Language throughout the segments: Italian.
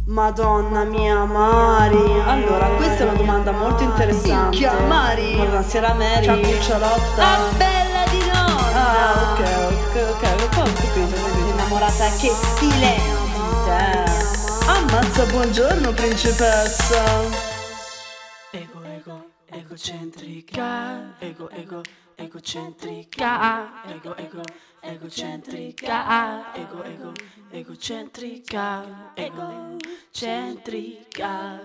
Madonna mia, Mari. Allora, questa è una domanda molto interessante. Minchia, Mari. Buonasera, Mary. Ciao, cucciolotta. Ah, bella di nonna. Ah, ok, poi ho capito. Innamorata che silenzio. Ammazza, buongiorno, principessa. Egocentrica, egocentrica, egocentrica, egocentrica, egocentrica,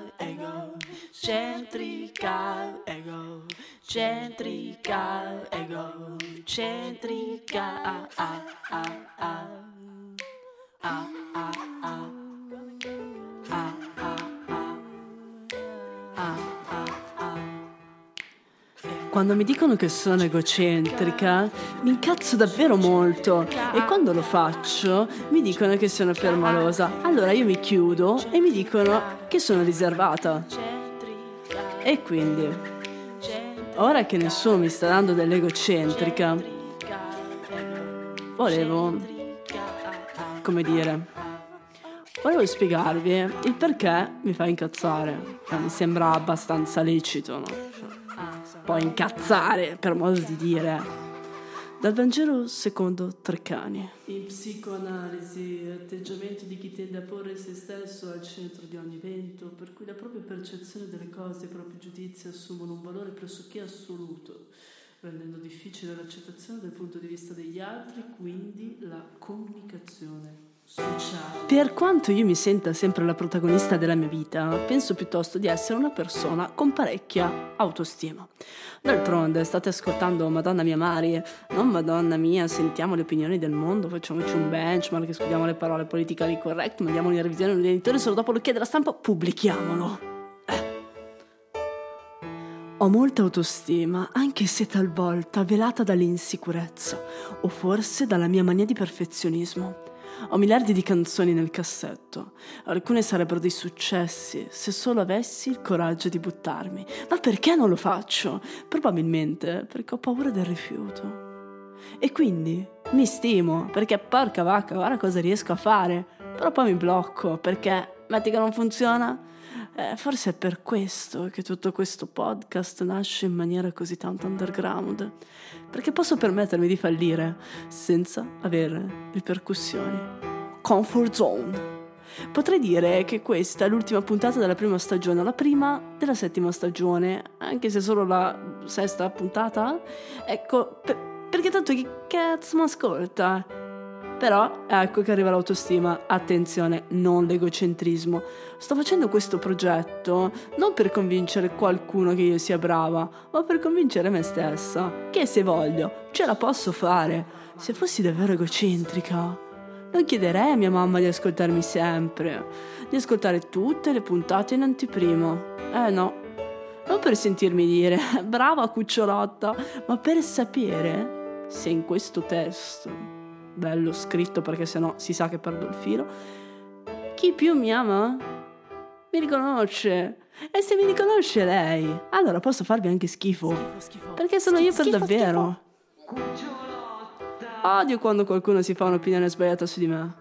egocentrica, egocentrica, egocentrica, Quando mi dicono che sono egocentrica, mi incazzo davvero molto e quando lo faccio mi dicono che sono permalosa. Allora io mi chiudo e mi dicono che sono riservata. E quindi, ora che nessuno mi sta dando dell'egocentrica, volevo spiegarvi il perché mi fa incazzare. Mi sembra abbastanza lecito, no? Poi incazzare, per modo di dire. Dal Vangelo secondo Treccani. In psicoanalisi, atteggiamento di chi tende a porre se stesso al centro di ogni evento, per cui la propria percezione delle cose e i propri giudizi assumono un valore pressoché assoluto, rendendo difficile l'accettazione del punto di vista degli altri, quindi la comunicazione sociale. Per quanto io mi senta sempre la protagonista della mia vita, penso piuttosto di essere una persona con parecchia autostima. D'altronde state ascoltando Madonna mia Mari, non Madonna mia, sentiamo le opinioni del mondo, facciamoci un benchmark, scudiamo le parole politically correct, mandiamolo in revisione un editore, solo dopo lo chiede la stampa, pubblichiamolo. Ho molta autostima, anche se talvolta velata dall'insicurezza, o forse dalla mia mania di perfezionismo. Ho miliardi di canzoni nel cassetto. Alcune sarebbero dei successi se solo avessi il coraggio di buttarmi. Ma perché non lo faccio? Probabilmente perché ho paura del rifiuto. E quindi mi stimo, perché porca vacca, guarda cosa riesco a fare. Però poi mi blocco, perché metti che non funziona? Forse è per questo che tutto questo podcast nasce in maniera così tanto underground, perché posso permettermi di fallire senza avere ripercussioni. Comfort zone. Potrei dire che questa è l'ultima puntata della prima stagione, la prima della settima stagione, anche se solo la sesta puntata. Ecco, perché tanto chi cazzo mi ascolta? Però ecco che arriva l'autostima. Attenzione, non l'egocentrismo. Sto facendo questo progetto non per convincere qualcuno che io sia brava, ma per convincere me stessa che se voglio ce la posso fare. Se fossi davvero egocentrica, non chiederei a mia mamma di ascoltarmi sempre, di ascoltare tutte le puntate in anteprima. No, non per sentirmi dire brava cucciolotta, ma per sapere se in questo testo, bello scritto perché sennò si sa che perdo il filo, chi più mi ama mi riconosce. E se mi riconosce lei, allora posso farvi anche schifo. Perché sono io per davvero. Odio quando qualcuno si fa un'opinione sbagliata su di me.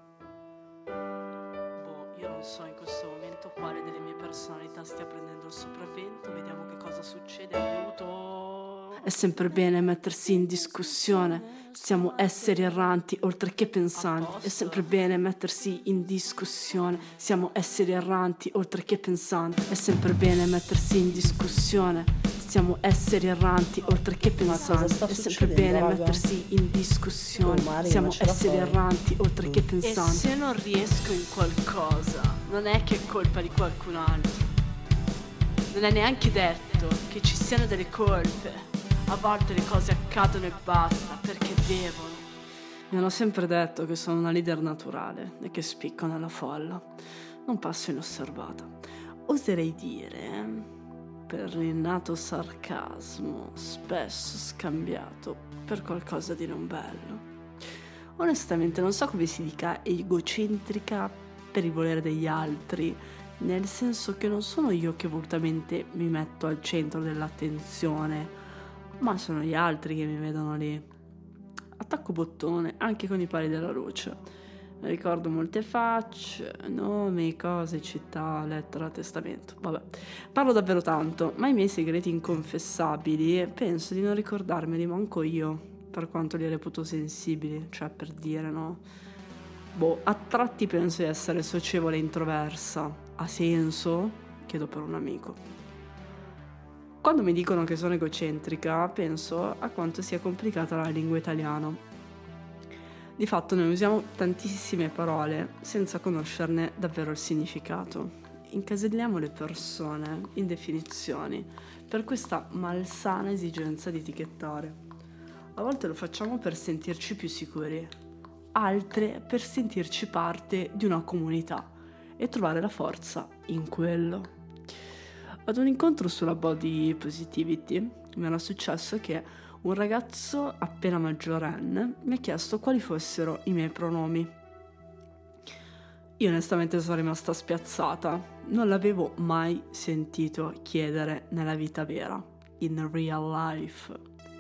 Io non so in questo momento quale delle mie personalità stia prendendo il sopravvento. Vediamo che cosa succede. Aiuto. È sempre bene mettersi in discussione. Siamo esseri erranti oltre che pensanti. È sempre bene mettersi in discussione. Siamo esseri erranti oltre che pensanti. È sempre bene mettersi in discussione. Siamo esseri erranti oltre che pensanti. È sempre bene mettersi in discussione. Siamo esseri erranti oltre che pensanti. E se non riesco in qualcosa, non è che è colpa di qualcun altro. Non è neanche detto che ci siano delle colpe. A volte le cose accadono e basta, perché devono. Mi hanno sempre detto che sono una leader naturale e che spicco nella folla. Non passo inosservata. Oserei dire, per l'innato sarcasmo, spesso scambiato per qualcosa di non bello. Onestamente non so come si dica egocentrica per il volere degli altri, nel senso che non sono io che volutamente mi metto al centro dell'attenzione, ma sono gli altri che mi vedono lì. Attacco bottone anche con i pali della luce. Ricordo molte facce, nomi, cose, città, lettera, testamento. Vabbè, parlo davvero tanto, ma i miei segreti inconfessabili penso di non ricordarmeli manco io, per quanto li reputo sensibili, cioè per dire, no? A tratti penso di essere socievole e introversa. Ha senso? Chiedo per un amico. Quando mi dicono che sono egocentrica, penso a quanto sia complicata la lingua italiana. Di fatto noi usiamo tantissime parole senza conoscerne davvero il significato. Incaselliamo le persone in definizioni per questa malsana esigenza di etichettare. A volte lo facciamo per sentirci più sicuri, altre per sentirci parte di una comunità e trovare la forza in quello. Ad un incontro sulla body positivity mi era successo che un ragazzo appena maggiorenne mi ha chiesto quali fossero i miei pronomi. Io onestamente sono rimasta spiazzata, non l'avevo mai sentito chiedere nella vita vera, in real life,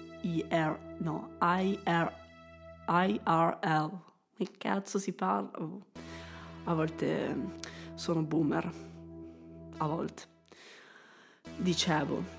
IRL. Che cazzo si parla? A volte sono boomer, a volte. Dicevo,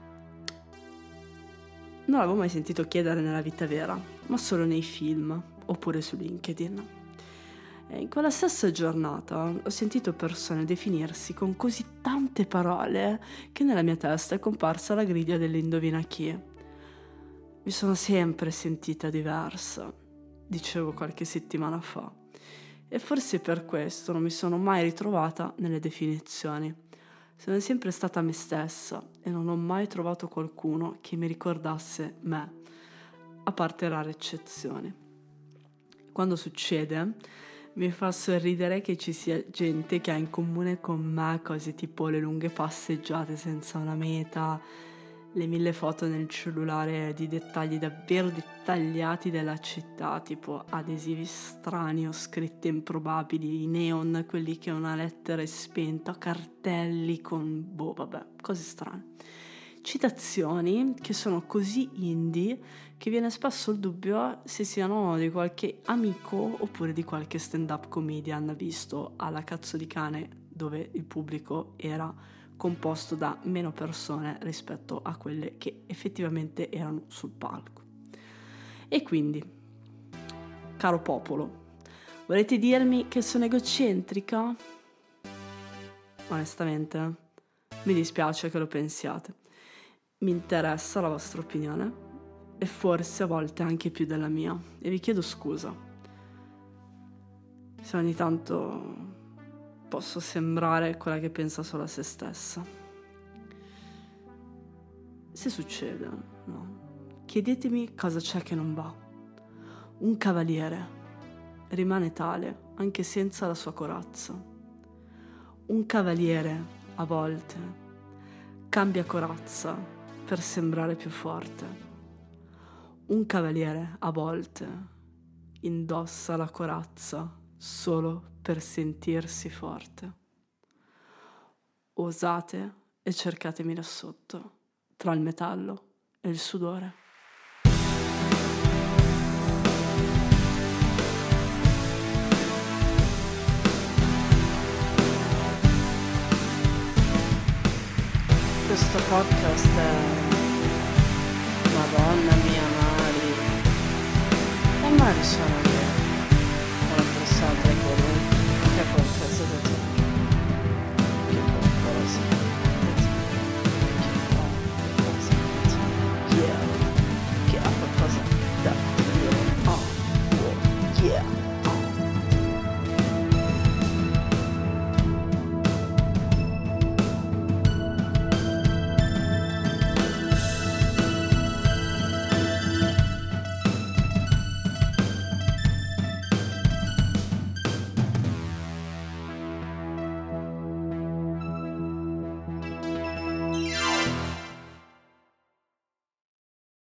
non l'avevo mai sentito chiedere nella vita vera, ma solo nei film oppure su LinkedIn. E in quella stessa giornata ho sentito persone definirsi con così tante parole che nella mia testa è comparsa la griglia dell'indovina chi. Mi sono sempre sentita diversa, dicevo qualche settimana fa, e forse per questo non mi sono mai ritrovata nelle definizioni. Sono sempre stata me stessa e non ho mai trovato qualcuno che mi ricordasse me, a parte rare eccezioni. Quando succede, mi fa sorridere che ci sia gente che ha in comune con me cose tipo le lunghe passeggiate senza una meta, le 1000 foto nel cellulare di dettagli davvero dettagliati della città, tipo adesivi strani o scritte improbabili, i neon, quelli che una lettera è spenta, cartelli con, cose strane. Citazioni che sono così indie che viene spesso il dubbio se siano di qualche amico oppure di qualche stand-up comedian visto alla Cazzo di Cane, dove il pubblico era composto da meno persone rispetto a quelle che effettivamente erano sul palco. E quindi, caro popolo, volete dirmi che sono egocentrica? Onestamente, mi dispiace che lo pensiate. Mi interessa la vostra opinione e forse a volte anche più della mia, e vi chiedo scusa se ogni tanto posso sembrare quella che pensa solo a se stessa. Se succede, no? Chiedetemi cosa c'è che non va. Un cavaliere rimane tale anche senza la sua corazza. Un cavaliere, a volte, cambia corazza per sembrare più forte. Un cavaliere, a volte, indossa la corazza solo per sentirsi forte. Osate e cercatemi là sotto, tra il metallo e il sudore. Questo podcast è Madonna mia, Mari. E Mari sono